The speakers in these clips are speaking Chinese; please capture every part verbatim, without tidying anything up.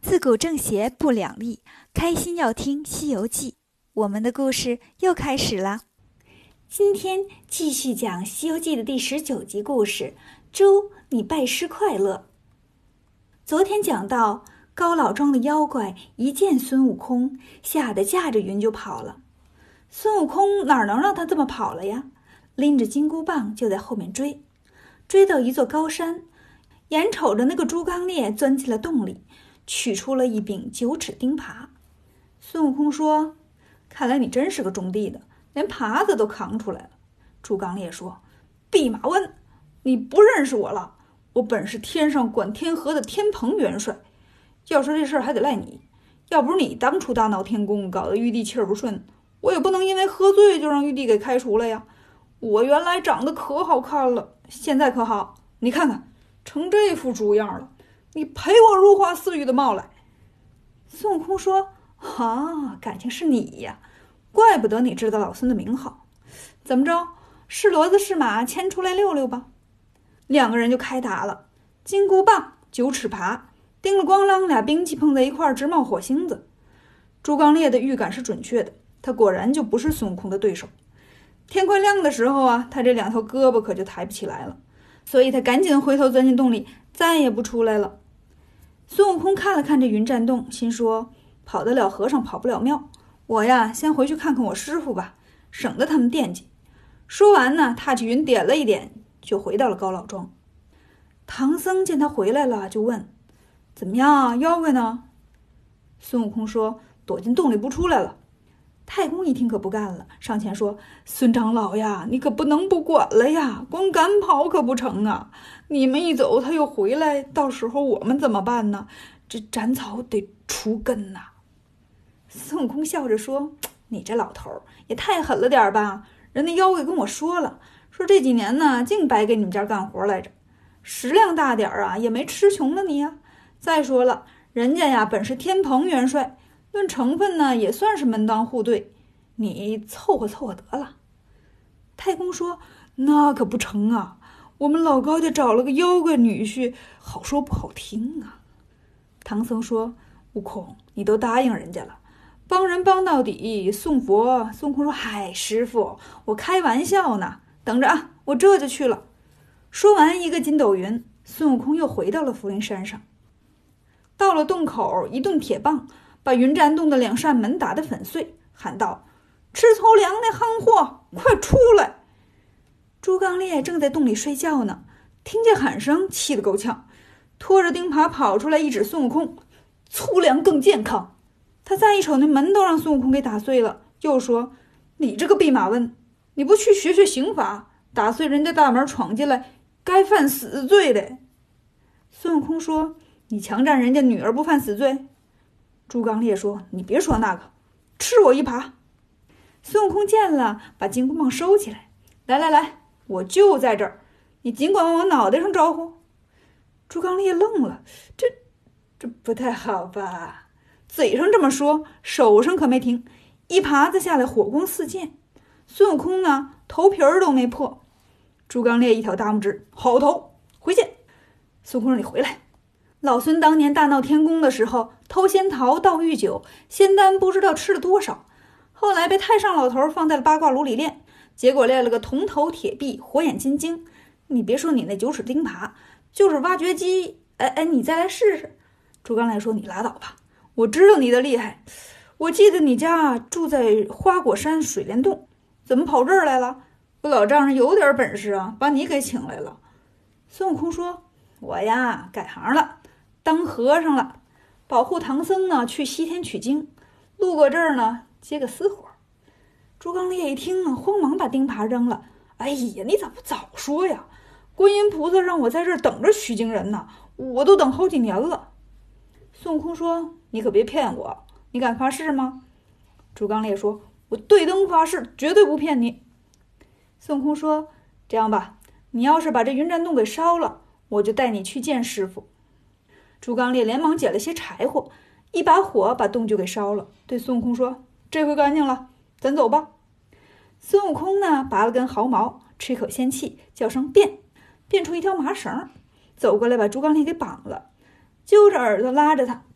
自古正邪不两立，开心要听《西游记》。我们的故事又开始了。今天继续讲《西游记》的第十九集故事，猪，你拜师快乐。昨天讲到，高老庄的妖怪一见孙悟空，吓得驾着云就跑了。孙悟空哪能让他这么跑了呀？拎着金箍棒就在后面追，追到一座高山，眼瞅着那个猪刚鬣钻进了洞里，取出了一柄九齿钉耙。孙悟空说：看来你真是个种地的，连耙子都扛出来了。猪刚鬣说：弼马温，你不认识我了，我本是天上管天河的天蓬元帅，要说这事儿还得赖你，要不是你当初大闹天宫，搞得玉帝气儿不顺，我也不能因为喝醉就让玉帝给开除了呀。我原来长得可好看了，现在可好，你看看成这副猪样了，你赔我如花似玉的帽来。孙悟空说：啊，感情是你呀，怪不得你知道老孙的名号。怎么着，是骡子是马，牵出来溜溜吧。两个人就开打了，金箍棒、九齿耙，叮了咣啷，俩兵器碰在一块儿，直冒火星子。猪刚鬣的预感是准确的，他果然就不是孙悟空的对手。天快亮的时候啊，他这两条胳膊可就抬不起来了，所以他赶紧回头钻进洞里，再也不出来了。孙悟空看了看这云栈洞，心说：跑得了和尚跑不了庙，我呀先回去看看我师傅吧，省得他们惦记。说完呢，踏起云点了一点，就回到了高老庄。唐僧见他回来了，就问：怎么样，妖怪呢？孙悟空说：躲进洞里不出来了。太公一听可不干了，上前说：孙长老呀，你可不能不管了呀，光赶跑可不成啊，你们一走他又回来，到时候我们怎么办呢？这斩草得除根呐。孙悟空笑着说：你这老头也太狠了点吧，人家妖怪跟我说了，说这几年呢净白给你们家干活来着，食量大点啊也没吃穷了你呀。再说了，人家呀本是天蓬元帅，论成分呢也算是门当户对，你凑合凑合得了。太公说：那可不成啊，我们老高家找了个妖怪女婿，好说不好听啊。唐僧说：悟空，你都答应人家了，帮人帮到底，送佛。孙悟空说：嗨，师傅，我开玩笑呢，等着啊，我这就去了。说完一个筋斗云，孙悟空又回到了福陵山上。到了洞口，一顿铁棒把云栈洞的两扇门打得粉碎，喊道：吃粗粮的夯货，快出来！猪刚鬣正在洞里睡觉呢，听见喊声，气得够呛，拖着钉耙跑出来，一指孙悟空：粗粮更健康。他再一瞅，那门都让孙悟空给打碎了，又说：你这个弼马温，你不去学学刑法，打碎人家大门闯进来，该犯死罪的。孙悟空说：你强占人家女儿不犯死罪？猪刚鬣说：你别说那个，吃我一耙。孙悟空见了，把金箍棒收起来，来来来，我就在这儿，你尽管往我脑袋上招呼。猪刚鬣愣了，这这不太好吧？嘴上这么说，手上可没停，一耙子下来，火光四溅。孙悟空呢，头皮儿都没破。猪刚鬣一挑大拇指：好头，回见。孙悟空说：你回来。老孙当年大闹天宫的时候，偷仙桃盗玉酒，仙丹不知道吃了多少，后来被太上老头放在了八卦炉里炼，结果炼了个铜头铁臂火眼金睛。你别说你那九齿钉耙，就是挖掘机，哎哎，你再来试试。猪刚鬣说：你拉倒吧，我知道你的厉害，我记得你家住在花果山水帘洞，怎么跑这儿来了？我老丈人有点本事啊，把你给请来了。孙悟空说：我呀改行了，当和尚了，保护唐僧呢去西天取经，路过这儿呢接个私活。猪刚鬣一听啊，慌忙把钉耙扔了。哎呀，你咋不早说呀？观音菩萨让我在这儿等着取经人呢，我都等好几年了。孙悟空说：你可别骗我，你敢发誓吗？猪刚鬣说：我对灯发誓，绝对不骗你。孙悟空说：这样吧，你要是把这云栈洞给烧了，我就带你去见师傅。猪刚鬣连忙捡了些柴火，一把火把洞就给烧了，对孙悟空说：这回干净了，咱走吧。孙悟空呢，拔了根毫毛，吹口仙气，叫声变，变出一条麻绳，走过来把猪刚鬣给绑了，揪着耳朵拉着他，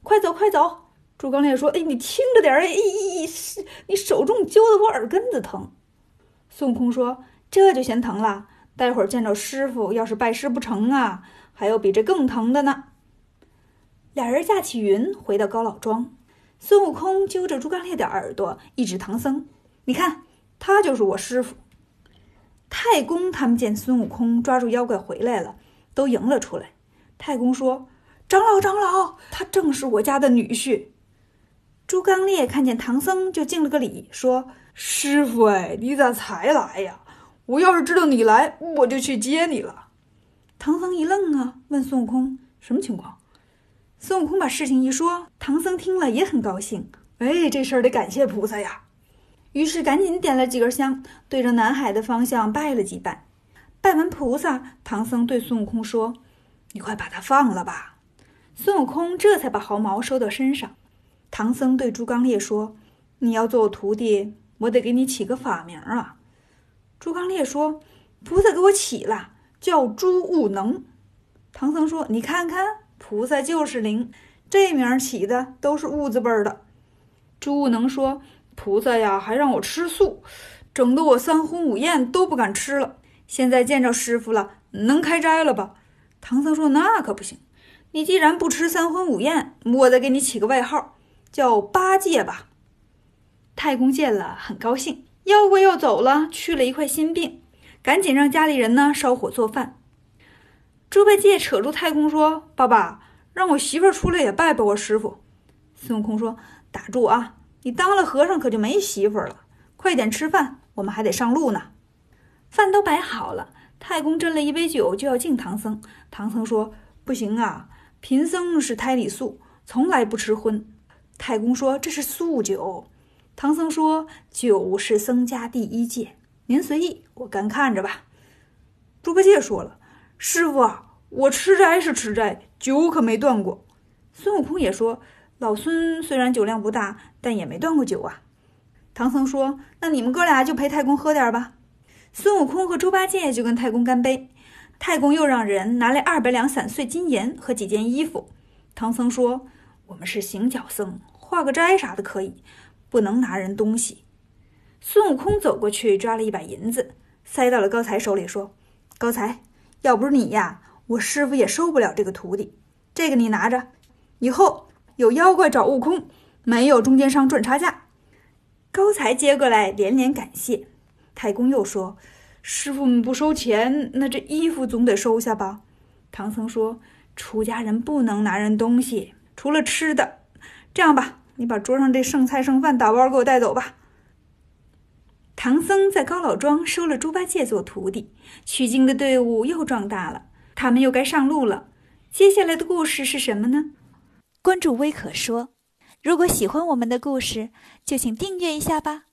快走快走！猪刚鬣说：“哎，你轻着点，哎，你手中揪得我耳根子疼。”孙悟空说：“这就嫌疼了，待会儿见着师傅，要是拜师不成啊，还有比这更疼的呢。”俩人驾起云回到高老庄，孙悟空揪着猪刚鬣的耳朵，一指唐僧：“你看，他就是我师傅。”太公他们见孙悟空抓住妖怪回来了，都迎了出来。太公说：“长老长老，他正是我家的女婿。”猪刚鬣看见唐僧就敬了个礼，说：“师傅哎，你咋才来呀？我要是知道你来，我就去接你了。”唐僧一愣啊，问孙悟空：“什么情况？”孙悟空把事情一说，唐僧听了也很高兴。哎，这事儿得感谢菩萨呀。于是赶紧点了几根香，对着南海的方向拜了几拜。拜完菩萨，唐僧对孙悟空说：“你快把他放了吧。”孙悟空这才把毫毛收到身上。唐僧对猪刚鬣说：“你要做我徒弟，我得给你起个法名啊。”猪刚鬣说：“菩萨给我起了，叫猪悟能。”唐僧说：“你看看，菩萨就是灵，这名起的都是悟字辈的。”猪悟能说：“菩萨呀，还让我吃素，整得我三荤五宴都不敢吃了。现在见着师傅了，能开斋了吧？”唐僧说：“那可不行，你既然不吃三荤五宴，我再给你起个外号，叫八戒吧。”太公见了很高兴，妖怪要走了，去了一块心病，赶紧让家里人呢烧火做饭。猪八戒扯住太公说：“爸爸，让我媳妇儿出来也拜拜我师傅。”孙悟空说：“打住啊，你当了和尚可就没媳妇儿了，快点吃饭，我们还得上路呢。”饭都摆好了，太公斟了一杯酒就要敬唐僧。唐僧说：“不行啊，贫僧是胎里素，从来不吃荤。”太公说：“这是素酒。”唐僧说：“酒是僧家第一戒，您随意，我干看着吧。”猪八戒说了：“师傅啊，我吃斋是吃斋，酒可没断过。”孙悟空也说：“老孙虽然酒量不大，但也没断过酒啊。”唐僧说：“那你们哥俩就陪太公喝点吧。”孙悟空和猪八戒就跟太公干杯。太公又让人拿来二百两散碎金银和几件衣服。唐僧说：“我们是行脚僧，化个斋啥的可以，不能拿人东西。”孙悟空走过去抓了一把银子，塞到了高才手里，说：“高才，要不是你呀，我师傅也收不了这个徒弟。这个你拿着，以后有妖怪找悟空，没有中间商赚差价。”高才接过来连连感谢。太公又说：“师傅们不收钱，那这衣服总得收下吧？”唐僧说：“出家人不能拿人东西，除了吃的。这样吧，你把桌上这剩菜剩饭打包给我带走吧。”唐僧在高老庄收了猪八戒做徒弟，取经的队伍又壮大了，他们又该上路了。接下来的故事是什么呢？ 关注微可说，如果喜欢我们的故事，就请订阅一下吧。